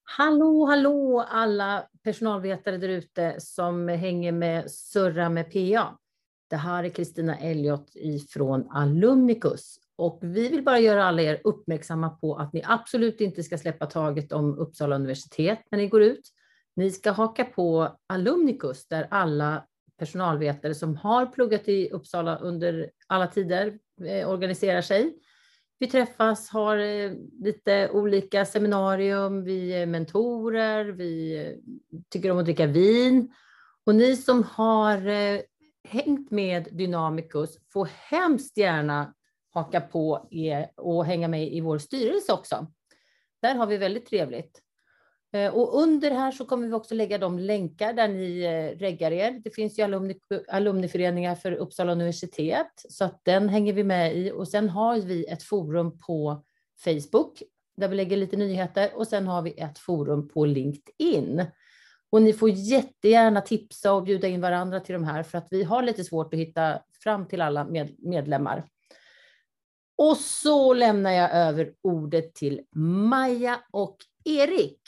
Hallå, hallå alla personalvetare där ute som hänger med Surra med PA. Det här är Kristina Elliott ifrån Alumnicus. Och vi vill bara göra alla er uppmärksamma på att ni absolut inte ska släppa taget om Uppsala universitet när ni går ut. Ni ska haka på Alumnicus där alla personalvetare som har pluggat i Uppsala under alla tider organiserar sig. Vi träffas, har lite olika seminarium, vi är mentorer, vi tycker om att dricka vin. Och ni som har hängt med Dynamicus får hemskt gärna haka på er och hänga med i vår styrelse också. Där har vi väldigt trevligt. Och under här så kommer vi också lägga de länkar där ni reggar er. Det finns ju alumniföreningar för Uppsala universitet, så att den hänger vi med i. Och sen har vi ett forum på Facebook där vi lägger lite nyheter. Och sen har vi ett forum på LinkedIn. Och ni får jättegärna tipsa och bjuda in varandra till de här, för att vi har lite svårt att hitta fram till alla medlemmar. Och så lämnar jag över ordet till Maja och Erik.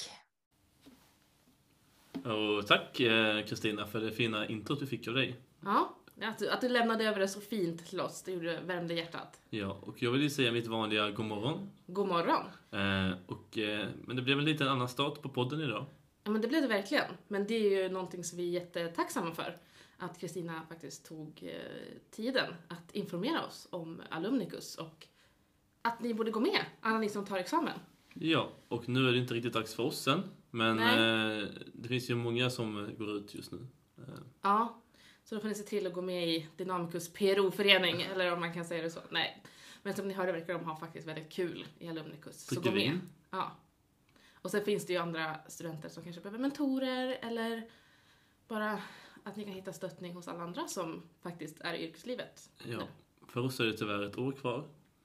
Och tack Kristina för det fina introt vi fick av dig. Ja, att du lämnade över det så fint till oss, det gjorde värmde hjärtat. Ja, och jag vill ju säga mitt vanliga god morgon. God morgon. Men det blev väl lite en annan start på podden idag. Ja, men det blev det verkligen. Men det är ju någonting som vi är jättetacksamma för. Att Kristina faktiskt tog tiden att informera oss om Alumnicus och att ni borde gå med, alla ni som tar examen. Ja, och nu är det inte riktigt dags för oss än. Men det finns ju många som går ut just nu. Ja, så då får ni se till att gå med i Dynamicus PRO-förening, eller om man kan säga det så. Nej, men som ni hörde verkar de ha faktiskt väldigt kul i Alumnicus. Så gå med. Ja. Och sen finns det ju andra studenter som kanske behöver mentorer, eller bara att ni kan hitta stöttning hos alla andra som faktiskt är i yrkeslivet. Ja, för oss är det tyvärr ett år kvar.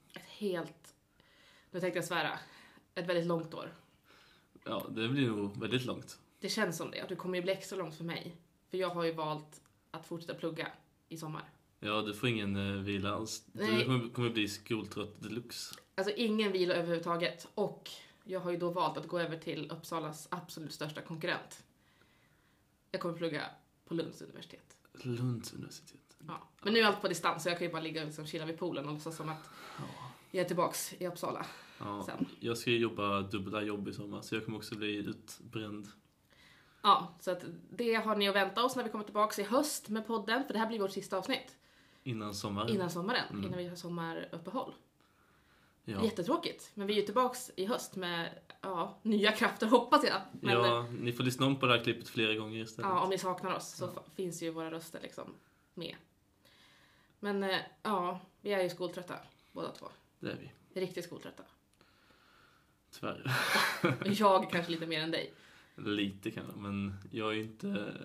Nu tänkte jag svära, ett väldigt långt år. Ja, det blir nog väldigt långt. Det känns som det. Det kommer ju bli extra långt för mig. För jag har ju valt att fortsätta plugga i sommar. Ja, du får ingen vila alls. Nej. Du kommer bli skoltrött deluxe. Alltså ingen vila överhuvudtaget. Och jag har ju då valt att gå över till Uppsalas absolut största konkurrent. Jag kommer plugga på Lunds universitet. Lunds universitet? Ja. Men nu är allt på distans, så jag kan ju bara ligga och liksom chilla vid poolen och låtsas som att jag är tillbaks i Uppsala. Ja, sen. Jag ska ju jobba dubbla jobb i sommar, så jag kommer också bli utbränd. Ja, så att det har ni att vänta oss när vi kommer tillbaks i höst med podden. För det här blir vårt sista avsnitt. Innan sommaren. Innan vi har sommaruppehåll. Ja. Jättetråkigt. Men vi är ju tillbaks i höst med nya krafter, hoppas jag. Men, ja, ni får lyssna om på det här klippet flera gånger istället. Ja, om ni saknar oss så finns ju våra röster liksom med. Men vi är ju skoltrötta, båda två. Det är vi. Riktigt skoltrötta. Tyvärr. Jag kanske lite mer än dig. Lite kanske, men jag är inte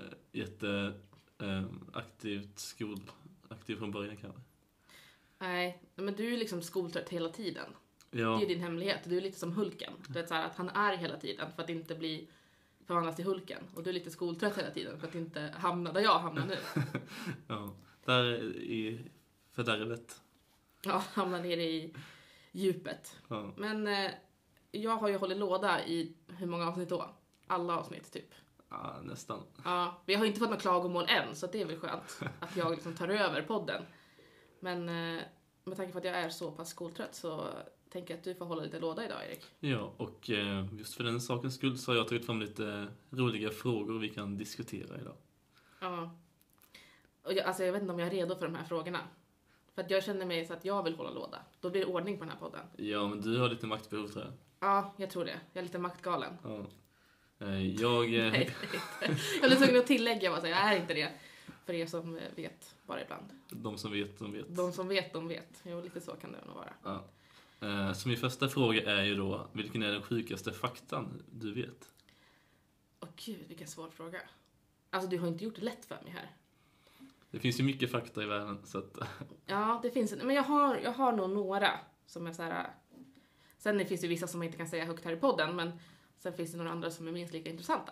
aktiv från början kanske. Nej, men du är liksom skoltrött hela tiden. Ja. Det är ju din hemlighet. Du är lite som Hulken. Du vet så här, att han är hela tiden för att inte bli förvandlas till Hulken. Och du är lite skoltrött hela tiden för att inte hamna där jag hamnar nu. Ja, där i fördärvet. Ja, hamna ner i djupet. Ja. Men jag har ju hållit låda i hur många avsnitt då? Alla avsnitt typ. Ja, nästan. Ja, vi har inte fått några klagomål än, så det är väl skönt att jag liksom tar över podden. Men med tanke på att jag är så pass skoltrött så tänker jag att du får hålla lite låda idag, Erik. Ja, och just för den sakens skull så har jag tagit fram lite roliga frågor vi kan diskutera idag. Ja. Och jag vet inte om jag är redo för de här frågorna. För att jag känner mig så att jag vill hålla låda. Då blir det ordning på den här podden. Ja, men du har lite maktbehov, tror jag. Ja, jag tror det. Jag är lite maktgalen. Ja. Nej, jag är tvungen att tillägga att jag är inte det. För er som vet bara ibland. De som vet, de vet. De som vet, de vet. Jo, lite så kan det nog vara. Ja. Så min första fråga är ju då, vilken är den sjukaste faktan du vet? Åh gud, vilken svår fråga. Alltså, du har inte gjort det lätt för mig här. Det finns ju mycket fakta i världen, så att... Ja, det finns. Men jag har nog några som är så här. Sen finns det vissa som man inte kan säga högt här i podden, men sen finns det några andra som är minst lika intressanta.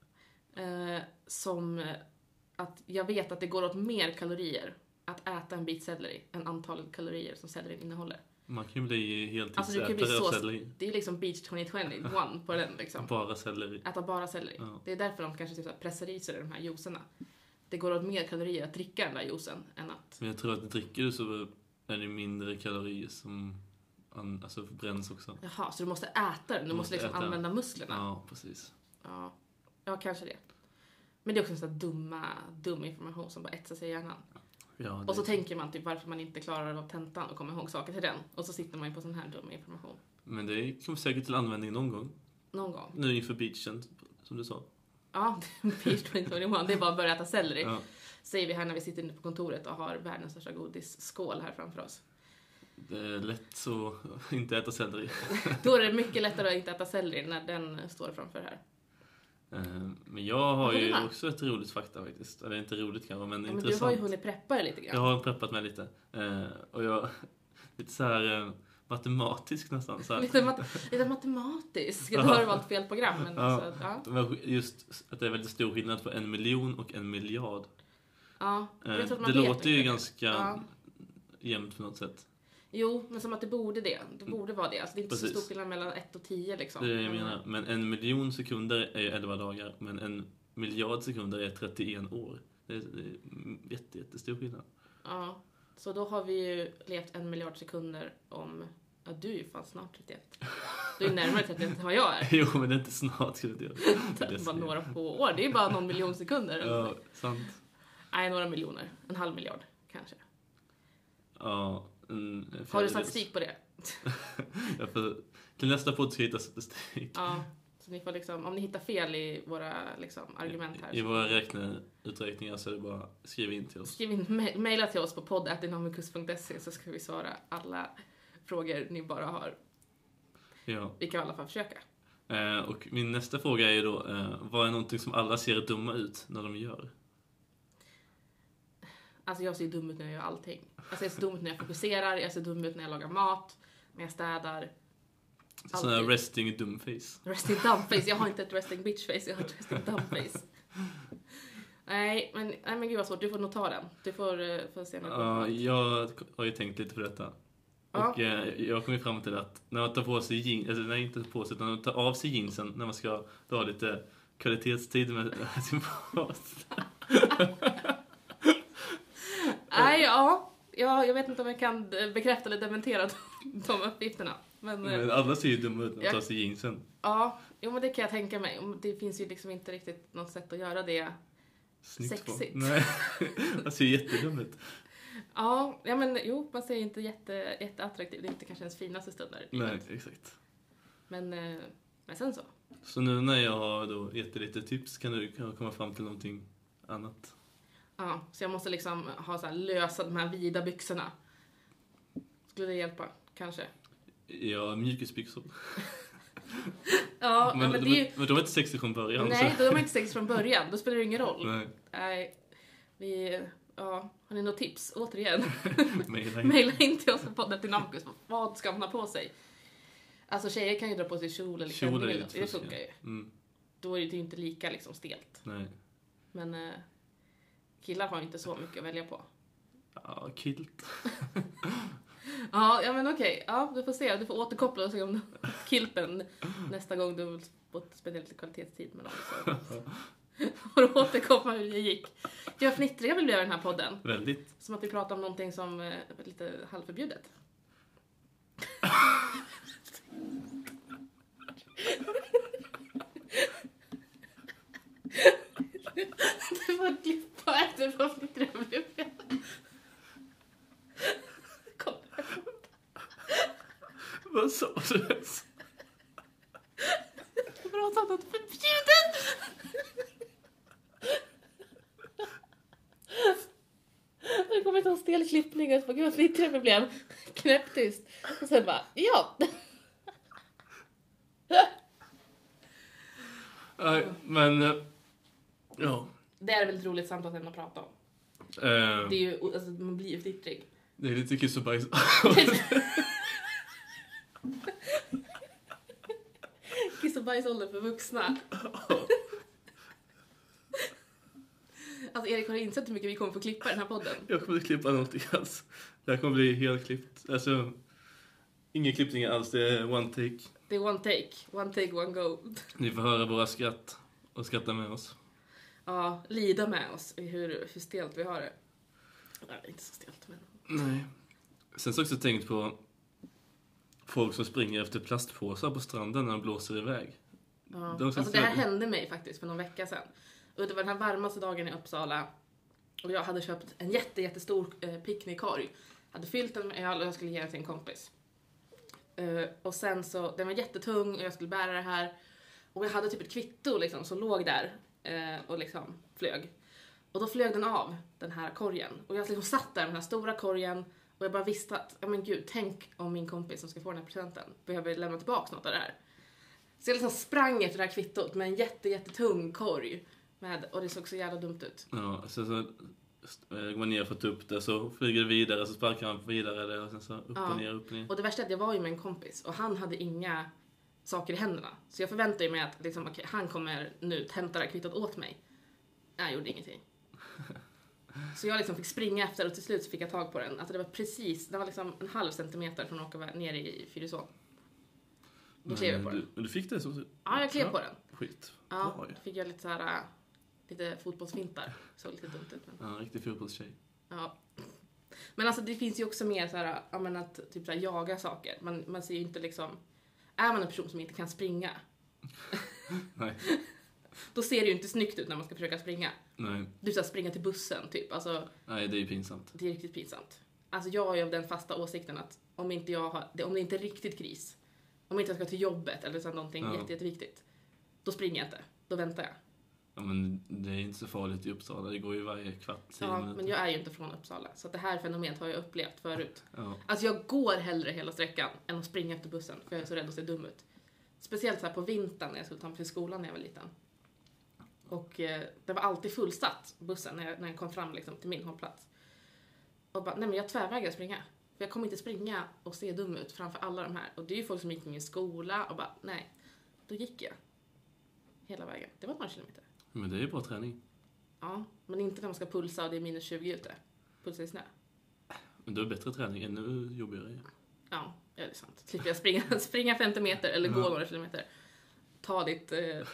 Som att jag vet att det går åt mer kalorier att äta en bit selleri än antalet kalorier som sellerin innehåller. Man kan ju bli alltså, heltidsätare av selleri. Det är liksom Beach 2021 på den liksom. Bara selleri. Äta bara selleri. Ja. Det är därför de kanske typ så här pressar i sig de här juicerna. Det går åt mer kalorier att dricka den där juicen än att... Men jag tror att dricker du så är det mindre kalorier som alltså förbränns också. Jaha, så du måste äta den. Du måste liksom använda musklerna. Ja, precis. Ja, kanske det. Men det är också en sån dum information som bara etsar sig i hjärnan. Ja, och så tänker man typ varför man inte klarar av tentan och kommer ihåg saker till den. Och så sitter man ju på sån här dum information. Men det kommer säkert till användning någon gång. Någon gång. Nu inför beachen, som du sa. Ja, Beach 2021. Det är bara att börja äta selleri. Ja. Säger vi här när vi sitter inne på kontoret och har världens största godisskål här framför oss. Det är lätt så inte äta selleri. Då är det mycket lättare att inte äta selleri när den står framför här. Men jag har ju också ett roligt fakta faktiskt. Eller inte roligt kanske, men intressant. Men du har ju hunnit preppa det lite grann. Jag har preppat mig lite. Och jag lite så här matematisk nästan. Så här. lite matematisk. Du har valt fel program. Men ja. alltså, Men just att det är väldigt stor skillnad på 1 miljon och 1 miljard. Ja, det låter ju ganska jämnt på något sätt. Jo, men som att det borde vara det. Alltså, det är inte så stor skillnad mellan 1 och 10 liksom. Det är det jag menar. Men 1 miljon sekunder är 11 dagar. Men 1 miljard sekunder är 31 år. Det är jättestor skillnad. Ja, så då har vi ju levt 1 miljard sekunder om... Ja, du är ju fan snart 31. Du är närmare 31 än vad jag är. Jo, men det är inte snart. Det är bara några få år. Det är bara någon miljon sekunder. Ja, sant. Nej, några miljoner. 1/2 miljard, kanske. Ja. Har du statistik på det? Till nästa podd ska jag hitta statistik. Ja, så ni får liksom, om ni hittar fel i våra liksom, argument här. I våra uträkningar så är det bara skriv in till oss. Skriv in, mejla till oss på podd@dynamicus.se så ska vi svara alla frågor ni bara har. Ja. Vi kan i alla fall försöka. Och min nästa fråga är ju då, vad är någonting som alla ser dumma ut när de gör? Alltså jag ser dum ut när jag gör allting. Jag ser dum ut när jag fokuserar, jag ser dum ut när jag lagar mat, när jag städar. Sån här resting dumbface. Resting dumbface, jag har inte ett resting bitchface, jag har ett resting dumbface. Nej, men gud vad svårt, du får nog ta den. Du får se något. Ja, jag har ju tänkt lite på detta. Ja. Och jag kom ju fram till att när man tar på sig jeans, alltså nej inte på sig, utan när man tar av sig jeansen när man ska ha lite kvalitetstid med sin mat. Nej, jag vet inte om jag kan bekräfta eller dementera de uppgifterna. Men alla ser ju dumma ut när de tar sig jeansen. Ja, men det kan jag tänka mig. Det finns ju liksom inte riktigt något sätt att göra det sexigt. Nej, man ser jättedum ut. Ja, men jo, man ser inte jätteattraktiv. Det är inte kanske ens finaste stunder. Nej, exakt. Men sen så. Så nu när jag har då gett lite tips kan du komma fram till någonting annat. Ja, så jag måste liksom ha så här lösa de här vida byxorna. Skulle det hjälpa? Kanske. Ja, mjukisbyxor. Ja, men de är inte sexiga från början. Nej, de är inte sexiga från början. Då spelar det ingen roll. Nej. Har ni något tips? Återigen. Maila in till oss på podden Dynamicus. Vad ska man ha på sig? Alltså tjejer kan ju dra på sig kjol eller klänning. Det funkar ju. Mm. Då är det ju inte lika liksom stelt. Nej. Men killar har inte så mycket att välja på. Ja, kilt. Ja, men okej. Ja, du får se. Du får återkoppla och se om kilten nästa gång du vill spendera lite kvalitetstid med någon. Och då återkomma hur det gick. Jag fnittriga vill bli den här podden. Väldigt. Som att vi pratar om någonting som är lite halvförbjudet. Du får klippa efter vad fnittriga blev. Kom. Vad sa du? Du pratar om något förbjudet. Det kommer inte en stel klippning och så gud vad fnittriga problem. Knäpptyst. Och sen bara, ja. Nej, men ja. Det är väldigt roligt samtal att prata om. Det är ju, alltså man blir ju fnittrig. Det är lite kiss och bajs. Kiss och bajsålder för vuxna. Alltså Erik, har du insett hur mycket vi kommer få klippa i den här podden? Jag kommer inte klippa någonting alls. Det här kommer bli helt klippt. Alltså, Inga klippningar alls, det är one take. Det är one take. One take, one go. Ni får höra våra skratt och skratta med oss. Ja, lida med oss i hur stelt vi har det. Nej, inte så stelt, men... Nej. Sen så har jag också tänkt på folk som springer efter plastpåsar på stranden när de blåser iväg. Ja. Alltså det här hände mig faktiskt för någon vecka sedan. Och det var den här varmaste dagen i Uppsala. Och jag hade köpt en jättestor picknickkorg. Hade fyllt den med öl och jag skulle ge den till en kompis. Och sen så, den var jättetung och jag skulle bära det här. Och jag hade typ ett kvitto liksom som låg där och liksom flög. Och då flög den av, den här korgen. Och jag liksom satt där med den här stora korgen. Och jag bara visste att, ja men gud, tänk om min kompis som ska få den här presenten behöver lämna tillbaka något av det här. Så jag liksom sprang efter det här kvittot med en jättetung korg. Och det såg så jävla dumt ut. Ja, så går man ner och fått upp det, så flyger det vidare, så sparkar man vidare det, och sen så upp och ner, upp och ner. Och det värsta är att jag var ju med en kompis och han hade inga saker i händerna. Så jag förväntade mig att liksom, okay, han kommer nu hämta det här kvittot åt mig. Jag gjorde ingenting. Så jag liksom fick springa efter och till slut så fick jag tag på den. Alltså det var precis, det var liksom 0,5 centimeter från att åka ner i Fyrisån. Då klev jag på den. Du fick det så? Ja, jag klev på den. Skit. Ja, då fick jag lite så här, lite fotbollsfintar. Så lite dumt ut. Men... Ja, riktig fotbollstjej. Ja. Men alltså det finns ju också mer så här, jag menar, att typ så här, jaga saker. Man ser ju inte liksom, är man en person som inte kan springa. Nej. Då ser det ju inte snyggt ut när man ska försöka springa. Nej. Du ska springa till bussen typ. Alltså, nej, det är ju pinsamt. Det är riktigt pinsamt. Alltså jag har ju av den fasta åsikten att om det inte är riktigt kris, om inte jag ska till jobbet eller så någonting jätteviktigt, då springer jag inte. Då väntar jag. Ja, men det är inte så farligt i Uppsala. Det går ju varje kvart. Ja, men jag är ju inte från Uppsala. Så det här fenomenet har jag upplevt förut. Ja. Alltså jag går hellre hela sträckan än att springa efter bussen. För jag är så rädd att se dum ut. Speciellt så här på vintern när jag skulle ta mig till skolan när jag var liten. Och det var alltid fullsatt bussen när jag kom fram liksom, till min hållplats. Och bara, nej men jag tvärvägrar springa. För jag kommer inte springa och se dum ut framför alla de här. Och det är ju folk som gick i skola och bara, nej. Då gick jag. Hela vägen. Det var några kilometer. Men det är ju bra träning. Ja, men inte när man ska pulsa och det är minus 20 ute. Pulsa i snö. Men det är bättre träning, ännu jobbigare. Ja, det är sant. Slipper jag springa 50 meter eller gå några kilometer. Ta ditt...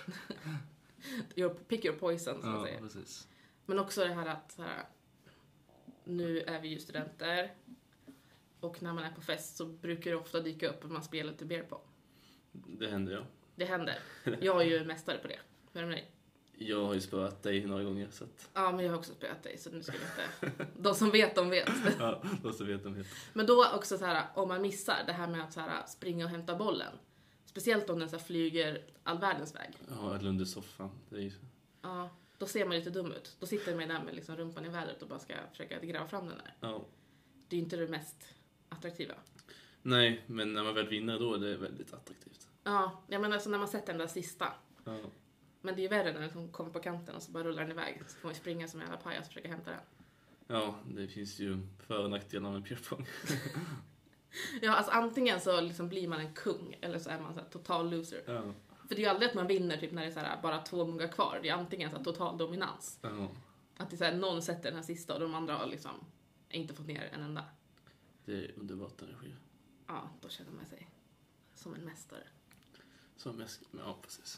pick your poison, som man säger. Precis. Men också det här att så här, nu är vi ju studenter. Och när man är på fest så brukar det ofta dyka upp att man spelar lite beer pong. Det händer, ja. Det händer. Jag är ju mästare på det. Hur är det med dig? Jag har ju spöat dig några gånger, så att... Ja, men jag har också spöat dig, så nu ska vi inte... De som vet, de vet. Ja, de som vet, de vet. Men då också så här, om man missar det här med att så här, springa och hämta bollen. Speciellt om den så här, flyger all världens väg. Ja, eller under soffan. Det är ju... Ja, då ser man lite dum ut. Då sitter man där med liksom rumpan i vädret och bara ska försöka gräva fram den där. Ja. Det är inte det mest attraktiva. Nej, men när man väl vinner då är det väldigt attraktivt. Ja, jag menar alltså när man sätter den där sista. Ja. Men det är ju värre när den kommer på kanten och så bara rullar den iväg. Så får man ju springa som en jävla pajas och försöka hämta den. Ja, det finns ju för- och nackdelar med beer pong. Ja, alltså antingen så liksom blir man en kung eller så är man så här total loser. Ja. För det är ju aldrig att man vinner typ när det är så här, bara 2 muggar kvar. Det är antingen så här, total dominans. Ja. Att det är så här, någon sätter den här sista och de andra har liksom inte fått ner en enda. Det är underbart energi. Ja, då känner man sig som en mästare. Som mest, ja, precis.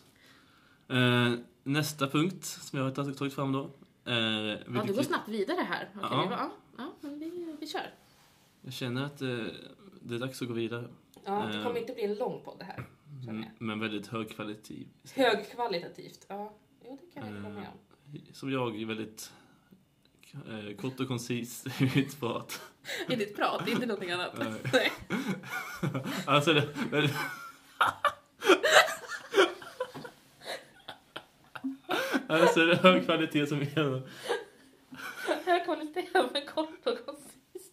Nästa punkt som jag har tagit fram då. Ja, du går snabbt vidare här. Okej, ja, men vi kör. Jag känner att det är dags att gå vidare. Ja, det kommer inte bli en lång podd det här. Men väldigt högkvalitativ. Högkvalitativt, ja. Jo, det kan jag hålla med om. Som jag är väldigt kort och koncis i mitt prat. I ditt prat, det är inte någonting annat. Nej. Alltså det väldigt... Alltså det är hög kvalitet som är... Hög kvalitet men kort och koncis.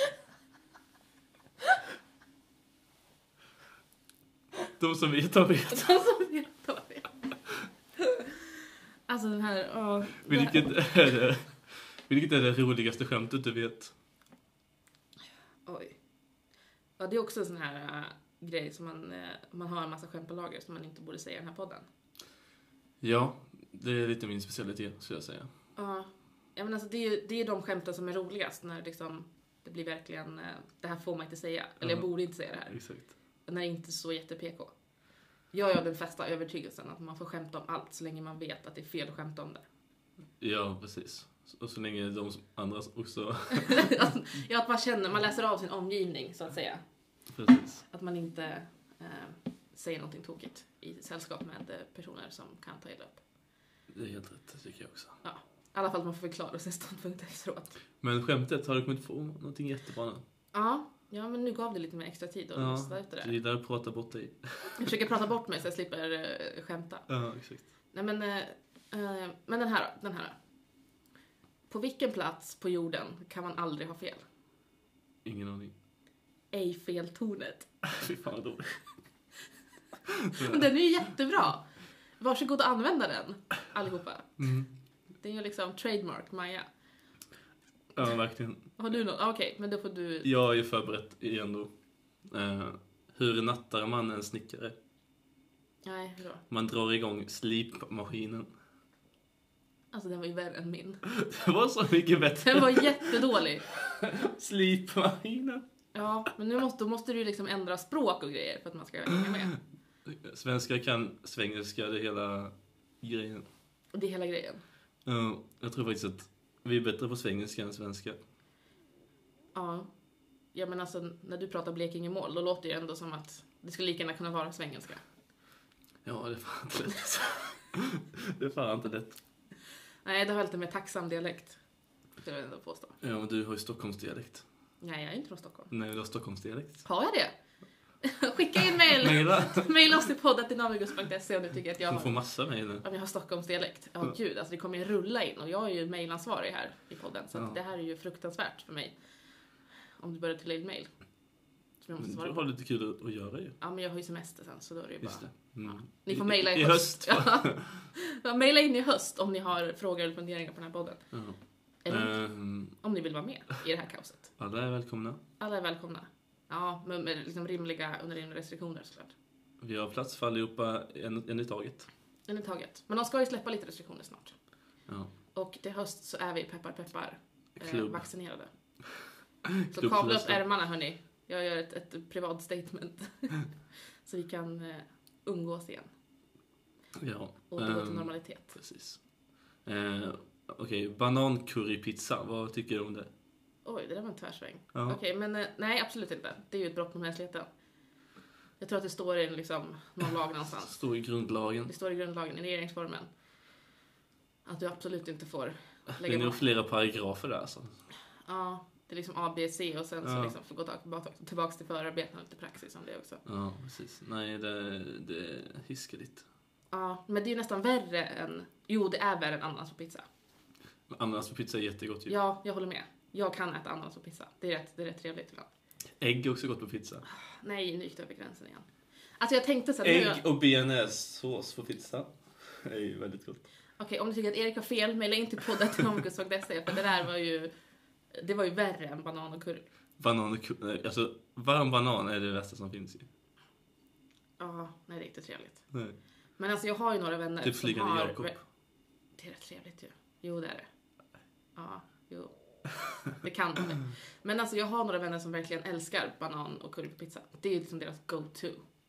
De som vet har vet. De som vet har vet. Alltså den här... Vilket är det roligaste skämtet du vet? Oj. Ja, det är också en sån här grej som man har en massa skämt på lager som man inte borde säga i den här podden. Ja, det är lite min specialitet, skulle jag säga. Ja, men alltså det är de skämten som är roligast när liksom Det blir verkligen, det här får man inte säga. Eller jag borde inte säga det här. Exakt. Den är inte så jätte-PK. Jag har den fasta övertygelsen att man får skämta om allt så länge man vet att det är fel att skämta om det. Ja, precis. Och så länge de andra också... Ja, att man läser av sin omgivning så att säga. Precis. Att man inte säger någonting tokigt i sällskap med personer som kan ta illa upp. Det är helt rätt, tycker jag också. Ja, i alla fall att man får förklara sin ståndpunkt efteråt. Men skämtet, har du kommit få någonting jättebra nu? Ja, men nu gav det lite mer extra tid att lyssna ut det där. Det är där att prata bort dig. Jag försöker prata bort mig så jag slipper skämta. Ja, exakt. Nej, men den här. På vilken plats på jorden kan man aldrig ha fel? Ingen aning. Eiffeltornet. Fy fan vad dåligt. Men den är ju jättebra. Varsågod att använda den, allihopa. Mm. Det är ju liksom trademark, Maja. Ja, verkligen. Har du något? Okej, men då får du... Jag är förberett igen då. Hur nattar man en snickare? Nej, hur då? Man drar igång slipmaskinen. Alltså den var ju värre än min. Det var så mycket bättre. Den var jättedålig. Slipmaskinen. Ja, men nu måste du liksom ändra språk och grejer för att man ska hänga med. Svenskar kan svengelska, det är hela grejen. Och det är hela grejen. Jag tror faktiskt att vi är bättre på svengelska än svenska. Ja. Ja, men alltså när du pratar Blekingemål, då låter det ju ändå som att det skulle lika gärna kunna vara svengelska. Ja, det är fan inte lätt. Det är fan inte lätt. Nej, det har lite mer tacksam dialekt. Det vill jag ändå påstå. Ja, men du har ju Stockholmsdialekt. Nej, jag är inte från Stockholm. Nej, du har Stockholmsdialekt. Har jag det? Skicka in mail. Maila oss till podden@dynamikus.se om du tycker att jag har... får massa mail nu. Om jag har Stockholmsdialekt. Ja, gud, alltså det kommer ju rulla in och jag är ju mailansvarig här i podden. Så att det här är ju fruktansvärt för mig. Om du börjar till mail. Du har lite kul att göra ju. Ja, men jag har ju semester sen så då är det ju bara... Just det. Mm. Ja. Ni får mejla i höst. Ja. Mejla in i höst om ni har frågor eller funderingar på den här podden. Eller om ni vill vara med i det här kaoset. Alla är välkomna. Alla är välkomna. Ja, med liksom under rimliga restriktioner såklart. Vi har plats för allihopa en i taget. En i taget. Men de ska ju släppa lite restriktioner snart. Ja. Och till höst så är vi peppar vaccinerade. Så Klubb kavla upp ärmarna hörni. Jag gör ett privat statement. Så vi kan umgås igen. Ja. Och gå till normalitet. Precis. Okej, banancurrypizza. Vad tycker du om det? Oj, det där var en tvärsväng. Ja. Okej, men nej, absolut inte. Det är ju ett brott mot mänskligheten. Jag tror att det står i liksom, någon lag någonstans. Det står i grundlagen. Det står i grundlagen, i regeringsformen. Att du absolut inte får lägga det är nog flera paragrafer där alltså. Ja, det är liksom A, B, C och sen så liksom får gå tillbaka till förarbeten och lite praxis om det också. Ja, precis. Nej, det är hiskeligt. Ja, men det är ju nästan värre än... Jo, det är värre än ananas på pizza. Ananas på pizza är jättegott ju. Ja, jag håller med. Jag kan äta ananas på pizza. Det är rätt trevligt ibland. Ägg är också gott på pizza. Nej, nu gick det över gränsen igen. Alltså jag tänkte så här, ägg och bearnaisesås på pizza. Det är ju väldigt gott. Okej, om du tycker att Erik har fel, mejla in till podden@dynamikus.se för det där var ju... Det var ju värre än banan och curry. Banan och curry. Alltså, varm banan är det värsta som finns ju. Ja, nej det är inte trevligt. Nej. Men alltså jag har ju några vänner typ som har... Jakob. Det är rätt trevligt ju. Jo, det är det. Ja, jo. Det kan det. Men alltså jag har några vänner som verkligen älskar banan och curry på pizza. Det är ju liksom deras go-to.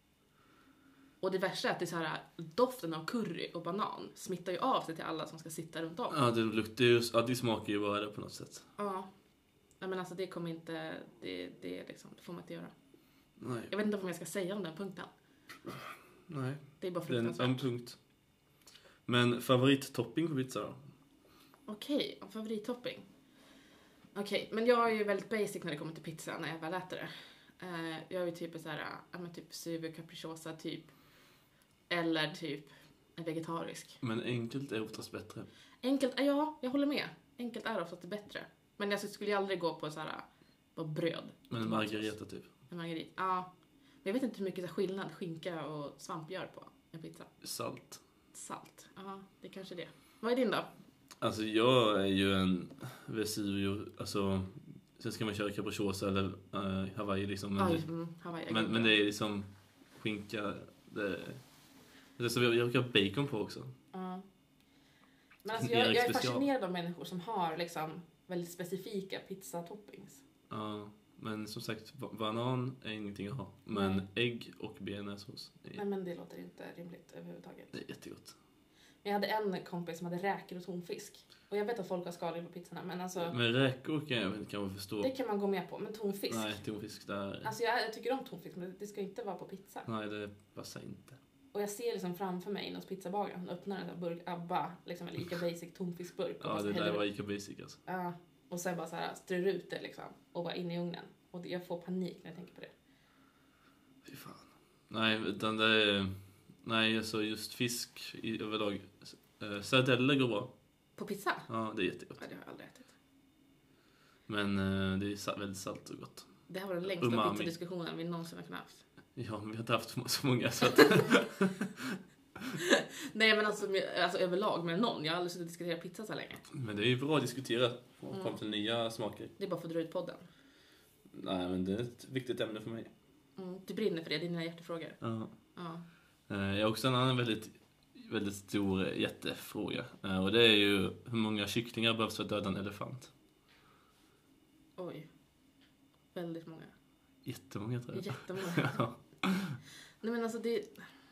Och det värsta är att det är så här, doften av curry och banan smittar ju av sig till alla som ska sitta runt om. Ja, det luktar ju, ja, det smakar ju bara det på något sätt. Ja. Nej, men alltså det kommer inte, det är liksom, det får man inte göra. Nej. Jag vet inte vad jag ska säga om den punkten. Nej. Det är bara Det är fruktansvärt. en punkt. Men favorittopping på pizza då? Okej, favorittopping. Okej, men jag är ju väldigt basic när det kommer till pizza när jag väl äter det. Jag är ju typ så här, typ sugo capricciosa typ. Eller typ en vegetarisk. Men enkelt är oftast bättre. Enkelt, ja, jag håller med. Enkelt är oftast bättre. Men jag skulle ju aldrig gå på så här, på bröd. Men en margarita typ. En margarita, ja. Men jag vet inte hur mycket så skillnad skinka och svamp gör på en pizza. Salt. Salt, ja, det är kanske det. Vad är din då? Alltså jag är ju en Vesuvio, alltså sen ska man köra capricciosa eller Hawaii liksom. Men, Hawaii, men det är liksom skinka, det så jag har bacon på också. Men alltså jag är fascinerad av människor som har liksom väldigt specifika pizzatoppings. Ja, men som sagt, banan är ingenting att ha. Men ägg och bearnaisesås. Nej, men det låter inte rimligt överhuvudtaget. Det är jättegott. Jag hade en kompis som hade räkor och tonfisk. Och jag vet att folk har skaldjur på pizzorna, men alltså... Men räkor kan jag kanske förstå. Det kan man gå med på, men tonfisk... Nej, tonfisk där... Alltså jag tycker om tonfisk, men det ska inte vara på pizza. Nej, det passar inte. Och jag ser liksom framför mig hos pizzabagaren. Han öppnar en burk Abba, liksom en Ica Basic tonfiskburk. Ja, det där var Ica Basic alltså. Ja, och sen bara så här strör ut det liksom. Och bara in i ugnen. Och jag får panik när jag tänker på det. Fy fan. Nej, utan det är... Nej, alltså just fisk överlag. Sardeller går bra. På pizza? Ja, det är jättegott. Ja, det har jag aldrig ätit. Men det är väldigt salt och gott. Det här var den längsta pizzadiskussionen vi någonsin har kunnat haft. Ja, men vi har inte haft så många så att... Nej, men alltså överlag med någon. Jag har aldrig suttit och diskuterat pizza så länge. Men det är ju bra att diskutera och komma till nya smaker. Det är bara för att dra ut podden. Nej, men det är ett viktigt ämne för mig. Du brinner för det, dina hjärtefrågor. Ja. Ja. Jag har också en annan väldigt stor jättefråga. Och det är ju hur många kycklingar behövs för att döda en elefant? Oj. Väldigt många. Jättemånga tror jag. Jättemånga. Ja. Nej, men alltså det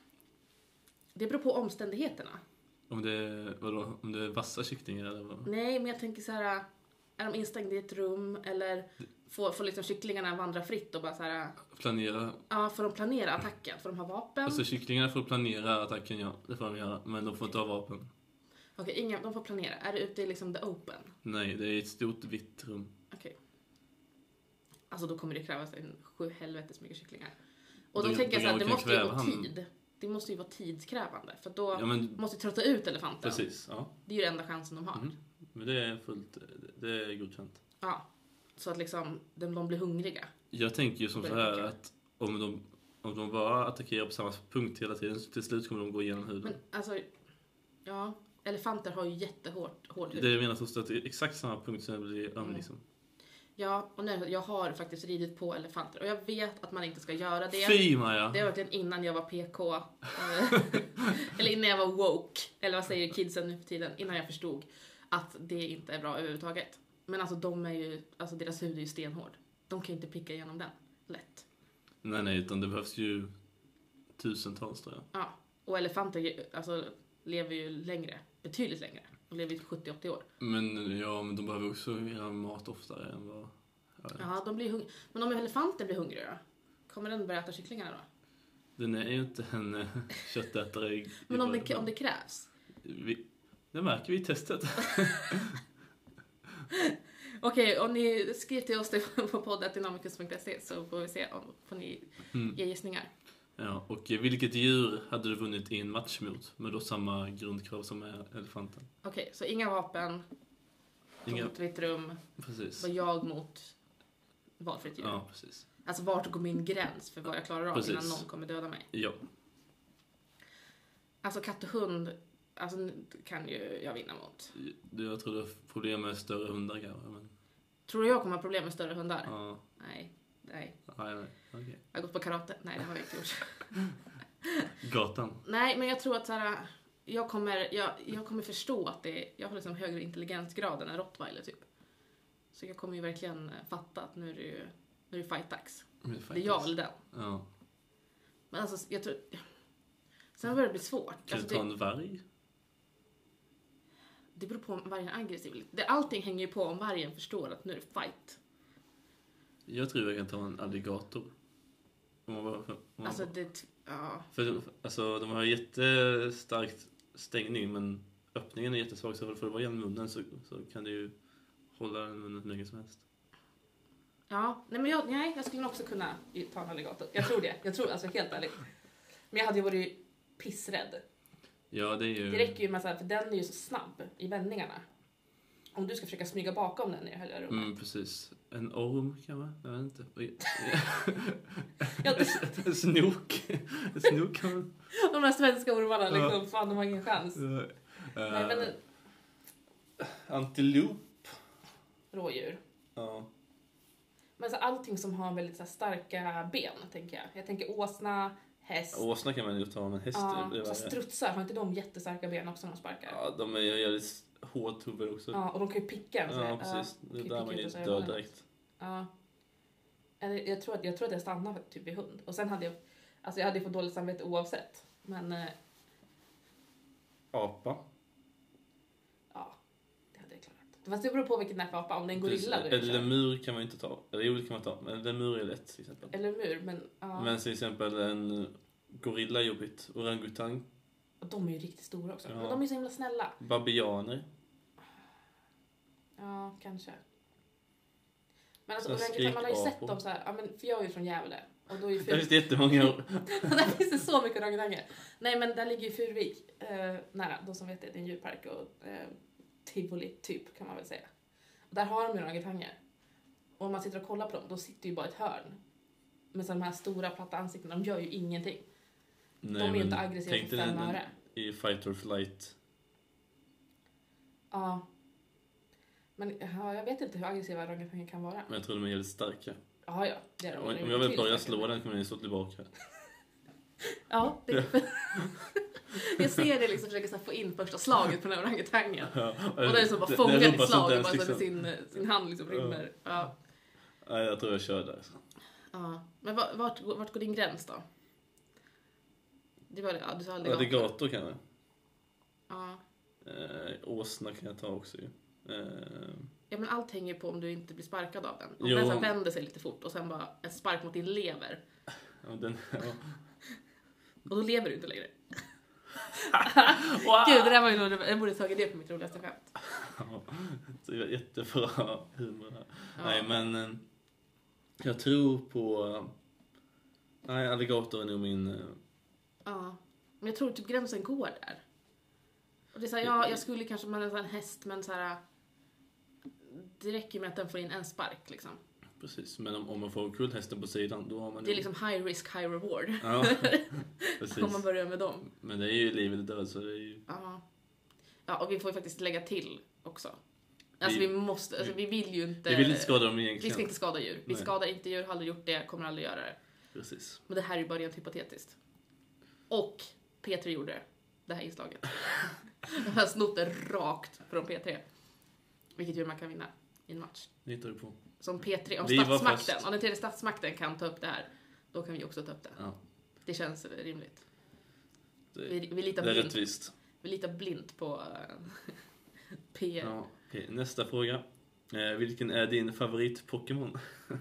beror på omständigheterna. Om det är vassa kycklingar eller vad? Nej, men jag tänker så här, är de instängda i ett rum eller får liksom kycklingarna vandra fritt och bara så här... Planera? Ja, får de planera attacken? Får de ha vapen? Alltså kycklingarna får planera attacken, ja. Det får de göra. Men de får inte ha vapen. Okej, de får planera. Är det ute i liksom the open? Nej, det är ett stort vitt rum. Okej. Alltså då kommer det krävas en 7 helvetes mycket kycklingar. Och då tänker jag så här, det måste ju vara tid. Det måste ju vara tidskrävande. För då måste vi trötta ut elefanten. Precis, ja. Det är ju enda chansen de har. Mm. Men det är godkänt. Ja, så att liksom de blir hungriga. Jag tänker ju som så här att om de bara attackerar på samma punkt hela tiden så till slut kommer de gå igenom huden. Men alltså, ja, elefanter har ju hård hud. Det jag menar att det är exakt samma punkt som det blir liksom. Ja, och jag har faktiskt ridit på elefanter. Och jag vet att man inte ska göra det. Fy, Maja! Det var verkligen innan jag var PK. Eller innan jag var woke. Eller vad säger kidsen nu för tiden? Innan jag förstod att det inte är bra överhuvudtaget. Men alltså deras hud är ju stenhård. De kan ju inte picka igenom den lätt. Nej, utan det behövs ju tusentals tror jag. Ja, och elefanter lever ju längre. Betydligt längre. De lever ju 70-80 år. Men de behöver också göra mat oftare än vad... Ja, de blir hungriga. Men om elefanten blir hungrig då? Kommer den börja äta kycklingarna då? Den är ju inte en köttätare. Men om det krävs? Det märker vi i testet. Okej, om ni skriver till oss på podden.dynamicus.se så får vi se om får ni ge gissningar. Ja, och vilket djur hade du vunnit i en match mot? Med då samma grundkrav som är elefanten. Okej, så inga vapen, tomt vitt rum. Precis. Var jag mot valfritt djur. Ja, precis. Alltså vart går min gräns för vad jag klarar av innan någon kommer döda mig? Ja. Alltså katt och hund, kan ju jag vinna mot. Jag tror du har problem med större hundar kanske, men... Tror du jag kommer ha problem med större hundar? Ja. Nej. Nej, okej. Jag har gått på karate. Nej, det har jag inte gjort. Gatan. Nej, men jag tror att så här, jag kommer förstå att jag har liksom högre intelligensgrad än en rottweiler typ. Så jag kommer ju verkligen fatta att nu är det fight-dags. Det är jag eller den. Ja. Men alltså, jag tror... Sen börjar det bli svårt. Kan du ta en varg? Det beror på om vargen är aggressiv. Allting hänger ju på om vargen förstår att nu är det fight. Jag tror jag kan ta en alligator. För de har jättestarkt stängning, men öppningen är jättesvag, så får det vara genom munnen så kan du ju hålla den munnen hur länge som helst. Ja, nej men jag skulle nog också kunna ta en alligator. Jag tror det. Alltså helt ärligt. Men jag hade ju varit pissrädd. Ja, det räcker ju med för den är ju så snabb i vändningarna. Om du ska försöka smyga bakom den i det här rummet. Precis. En orm kanske? Jag vet inte. En snok kan man... De här svenska ormarna, liksom, fan de har ingen chans. Nej, men... Antilop. Rådjur. Ja. Men så allting som har väldigt så starka ben, tänker jag. Jag tänker åsna, häst. Åsna kan man ju ta, men häst... så strutsar, har inte de jättestarka ben också när de sparkar? Ja, de är jävligt hårt huvud också. Ja, och de kan ju picka. Ja, precis. Det är där man är död direkt. Ja. Jag tror att jag stannade typ vid hund. Och sen hade jag hade fått dåligt samvete oavsett. Men... Apa. Ja, det hade jag klarat. Fast det beror på vilken för apa. Om det är en gorilla. Eller lemur kan man inte ta. Eller jo, det kan man ta. Men lemur är lätt till exempel. Eller lemur, men... Ja. Men till exempel en gorilla är jobbigt. Orangutang. Och de är ju riktigt stora också. Ja. Och de är så himla snälla. Babianer. Ja, kanske. Men alltså, man har ju sett dem så här. Ja, men, för jag är ju från Gävle. Och då är ju Det finns jättemånga år. där finns det så mycket orangutanger. Nej, men där ligger ju Furuvik. Nära, de som vet det är en djurpark och tivoli typ kan man väl säga. Och där har de ju orangutanger. Och om man sitter och kollar på dem, då sitter ju bara ett hörn. Men så de här stora platta ansiktena, de gör ju ingenting. Nej, de är ju inte aggressiva för 5 öre. I fight or flight. Ja. Men jag vet inte hur aggressiva orangutanger kan vara. Men jag tror de är jävligt starka. Ja, det är de. Om jag vill börja slå den kommer den slå tillbaka. Ja, det jag ser det liksom, försöker få in första slaget på den här orangutangen. Ja, och det är så bara fångar ett slag och bara liksom. Sin hand liksom rymmer. Ja. Ja, jag tror jag kör där. Så. Ja. Men vart går din gräns då? Det var det, ja, du sa aldrig alligator kan jag. Ja. Åsna kan jag ta också ju. Ja, men allt hänger på om du inte blir sparkad av den. Om den så vänder sig lite fort och sen bara ett spark mot din lever. Ja, ja. Och då lever du inte längre. Wow. Gud, det där var ju nog, jag borde tagit det på mitt roligaste skämt. Ja, det var jättebra humor här. Ja. Nej, men jag tror på... Nej, alligator är nog min... Ja, men jag tror typ gränsen går där. Och det är så här, jag skulle kanske med en häst, men så här... Det räcker med att den får in en spark liksom. Precis, men om man får kullhästen på sidan, då har man... Det är liksom high risk, high reward. Ja, precis. Om man börjar med dem. Men det är ju liv eller död, så det är ju... Ja, och vi får ju faktiskt lägga till också. Alltså vi vill ju inte... Vi vill inte skada dem egentligen. Vi ska inte skada djur. Vi skadar inte djur, har aldrig gjort det, kommer aldrig göra det. Precis. Men det här är ju bara rent hypotetiskt. Och P3 gjorde det här inslaget. Jag har snott det rakt från P3. Vilket djur man kan vinna i en match. Det hittar du på. Som P3, om statsmakten, om den tredje statsmakten kan ta upp det här, då kan vi också ta upp det. Ja. Det känns rimligt. Vi litar det är rättvist. Vi litar blint på PR. Ja, okay. Nästa fråga. Vilken är din favorit-Pokémon?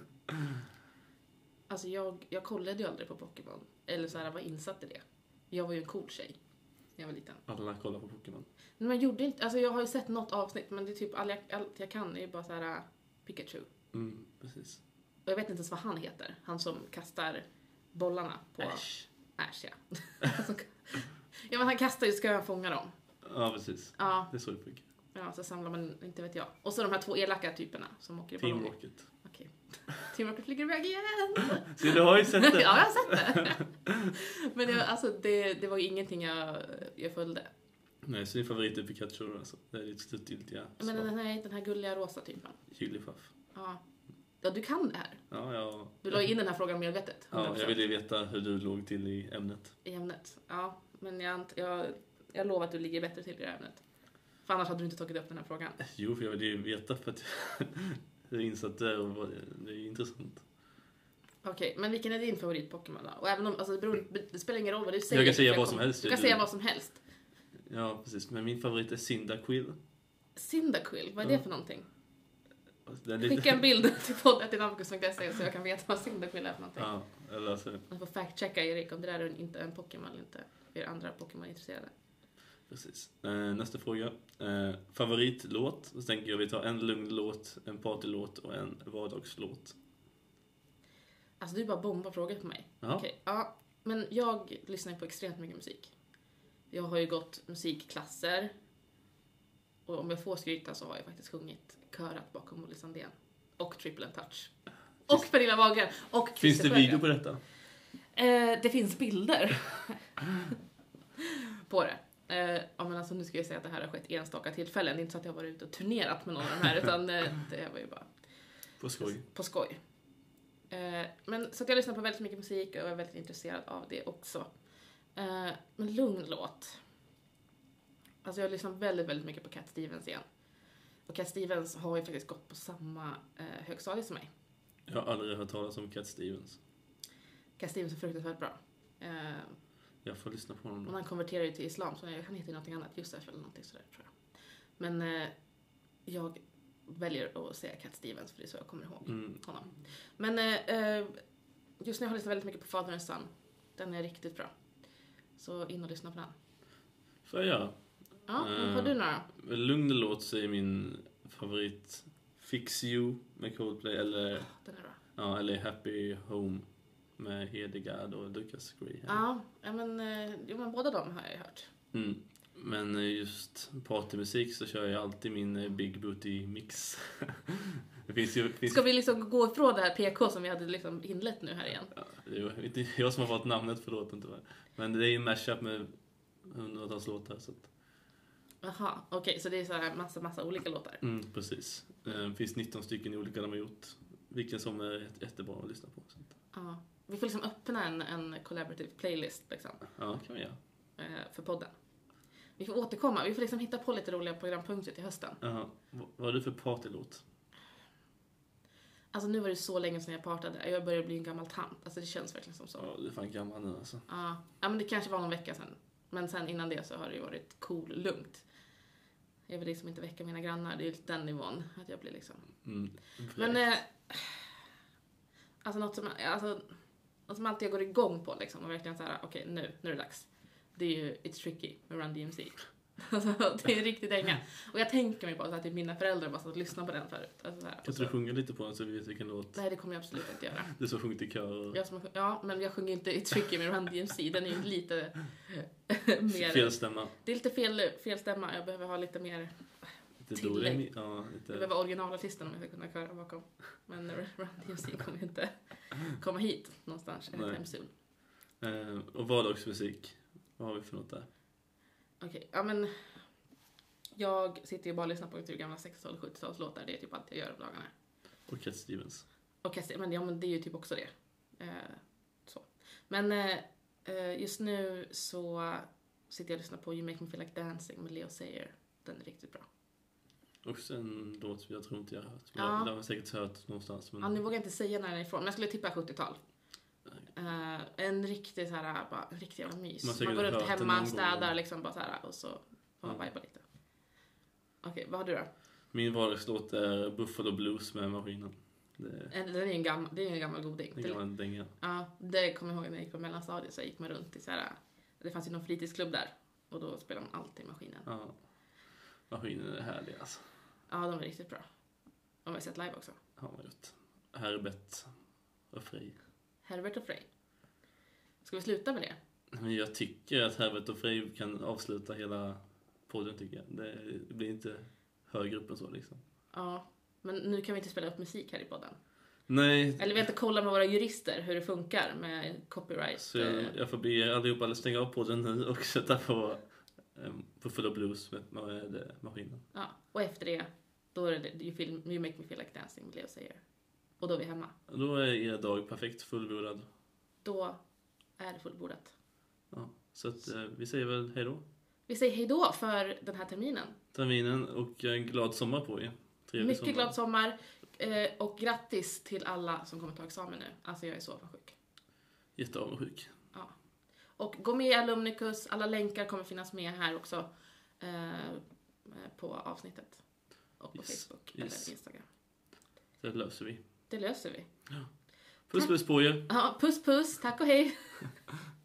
Alltså jag kollade ju aldrig på Pokémon. Eller så här, var insatt i det. Jag var ju en cool tjej när jag var liten. Alla kollar på Pokémon. Men man gjorde inte, alltså jag har ju sett något avsnitt, men det är typ allt jag kan är ju bara så här Pikachu. Precis. Och jag vet inte ens vad han heter. Han som kastar bollarna på... Ash, ja. Ja, men han kastar ju, ska jag fånga dem. Ja, precis. Ja. Det är så mycket. Ja, så samlar man, inte vet jag. Och så de här 2 elaka typerna som åker i ballonger. Team Rocket. Okej. Team Rocket flyger iväg igen. Så du har ju sett det. Ja, jag har sett det. Men det var ju ingenting jag följde. Nej, så din favorit är Pikachu alltså. Det är lite slutgiltiga. Men den här gulliga rosa typen. Jigglypuff. Ja. Ja, du kan det här. Ja. Du la in den här frågan medvetet. 100%. Ja, jag ville veta hur du låg till i ämnet. I ämnet, ja. Men jag lovar att du ligger bättre till i det här ämnet. För annars hade du inte tagit upp den här frågan. Jo, för jag vill ju veta för att jag är insatt där och det är intressant. Okej, men vilken är din favorit-Pokémon då? Och även om, alltså det spelar ingen roll vad du säger. Jag kan säga vad som helst. Du kan säga vad som helst. Ja, precis. Men min favorit är Cyndaquil. Cyndaquil? Vad är det för någonting? Lite... Skicka en bild till podden.namkus.se så jag kan veta vad Cyndaquil är för någonting. Ja, eller alltså... Man får fact-checka Erik om det där är inte en Pokémon eller inte. Är andra Pokémon-intresserade. Precis. Nästa fråga. Favoritlåt. Så tänker jag vi tar en lugn låt, en partylåt och en vardagslåt. Alltså du bara bombar frågor på mig. Ja. Okej, ja. Men jag lyssnar på extremt mycket musik. Jag har ju gått musikklasser. Och om jag får skryta så har jag faktiskt sjungit körat bakom Molly Sandén. Och Triple and Touch. Och Pernilla Wahlgren. Och finns det video på detta? Det finns bilder. på det. Ja, men alltså nu ska jag säga att det här har skett enstaka tillfällen. Det är inte så att jag har varit ute och turnerat med någon av de här. Utan det var ju bara... På skoj. Men så att jag lyssnar på väldigt mycket musik och är väldigt intresserad av det också. Men lugn låt. Alltså jag lyssnar väldigt, väldigt mycket på Cat Stevens igen. Och Cat Stevens har ju faktiskt gått på samma högstadie som mig. Jag har aldrig hört talas om Cat Stevens. Cat Stevens är fruktansvärt bra. Jag får lyssna på honom då. Och han konverterar ju till islam, så jag kan hitta någonting annat. Josef eller någonting sådär, tror jag. Men jag väljer att säga Cat Stevens, för det är så jag kommer ihåg honom. Men just nu har jag lyssnat väldigt mycket på Father and Son. Den är riktigt bra. Så in och lyssna på den. Får jag göra? Ja, vad har du några? Lugn låt säger min favorit. Fix You med Coldplay, eller Den är bra. ja, eller Happy Home med Hedegaard och Lucas Graham. Ja, men båda de har jag hört. Men just partymusik så kör jag alltid min Big Booty mix. Ska vi liksom gå ifrån det här PK som vi hade liksom inlett nu här igen? Ja, det är inte jag som har fått namnet för låten tyvärr. Men det är ju en mashup med hundratals låtar. Så att... Jaha, okej, så det är så här massa olika låtar. Precis. Det finns 19 stycken i olika de har gjort. Vilken som är jättebra att lyssna på. Ja, vi får liksom öppna en collaborative playlist liksom. Ja, kan vi göra. För podden. Vi får återkomma, vi får liksom hitta på lite roliga programpunkter till hösten. Jaha, vad är det för partylåt? Alltså nu var det så länge sedan jag partade. Jag börjar bli en gammal tant. Alltså det känns verkligen som så. Ja, du är fan gammal nu alltså. Ja, men det kanske var någon vecka sedan. Men sen innan det så har det ju varit lugnt. Jag vill liksom inte väcka mina grannar. Det är ju den nivån att jag blir liksom... Men alltså något som alltid jag går igång på liksom. Och verkligen så här, okej, nu är det dags. Det är ju It's Tricky med Run DMC. Alltså, det är riktigt dänga. Och jag tänker mig bara att typ mina föräldrar bara satt och lyssnade på den förut. Alltså, kan du sjunga lite på den så vi vet vilken låt? Nej, det kommer jag absolut inte göra. Du som sjungit i kör. Ja, men jag sjunger inte It's Tricky med Run DMC. Den är ju lite mer... Fel stämma. Det är lite fel stämma. Jag behöver ha lite mer tillägg. Ja, lite... Jag behöver originalartisten om jag ska kunna köra bakom. Men Run DMC kommer ju inte komma hit någonstans anytime soon. Och vardagsmusik. Vad har vi för något där? Okej, ja men jag sitter ju bara och lyssnar på typ gamla 60-tal och 70-talslåtar. Det är typ allt jag gör om dagarna. Och Cat Stevens. Men det är ju typ också det. Så. Men just nu så sitter jag och lyssnar på You Make Me Feel Like Dancing med Leo Sayer. Den är riktigt bra. Också en låt som jag tror inte jag har hört. Ja. Jag har säkert hört någonstans. Men... Ja, nu vågar jag inte säga när den är ifrån. Men jag skulle tippa 70-tal. En riktig så här, bara en riktig jävla mys. Man går runt hemma, städar liksom bara så här, och så får man viba lite. Okej, vad har du då? Min vardagslåt är Buffalo Blues med Maskinen. Det är en gammal goding. En gammal dänga. Ja, det kommer jag ihåg när jag gick på mellanstadiet, så gick man runt i så här, det fanns ju någon fritidsklubb där och då spelade man alltid Maskinen. Ja. Maskinen är härlig alltså. Ja, de är riktigt bra. De har jag sett live också. Har man gjort. Herbert och Frej. Herbert och Frej. Ska vi sluta med det? Men jag tycker att Herbert och Frej kan avsluta hela podden, tycker jag. Det blir inte högre upp än så liksom. Ja, men nu kan vi inte spela upp musik här i podden. Nej. Eller vi har inte kollat med våra jurister hur det funkar med copyright. Så jag får be allihopa att stänga av podden nu och sätta på Buffalo Blues med Maskinen. Ja, och efter det, då är det You Make Me Feel Like Dancing med Leo Sayer. Och då är vi hemma. Då är er dag perfekt fullbordad. Då är det fullbordat. Ja, så att, vi säger väl hej då. Vi säger hej då för den här terminen. Och en glad sommar på er. Trevlig Mycket sommar. glad sommar. Och grattis till alla som kommer ta examen nu. Alltså jag är så avundsjuk. Jätteavundsjuk. Ja. Och gå med i Alumnicus. Alla länkar kommer finnas med här också. På avsnittet. Och på Facebook eller Instagram. Det löser vi. Det löser vi. Ja. Puss på er. Ja, puss. Tack och hej.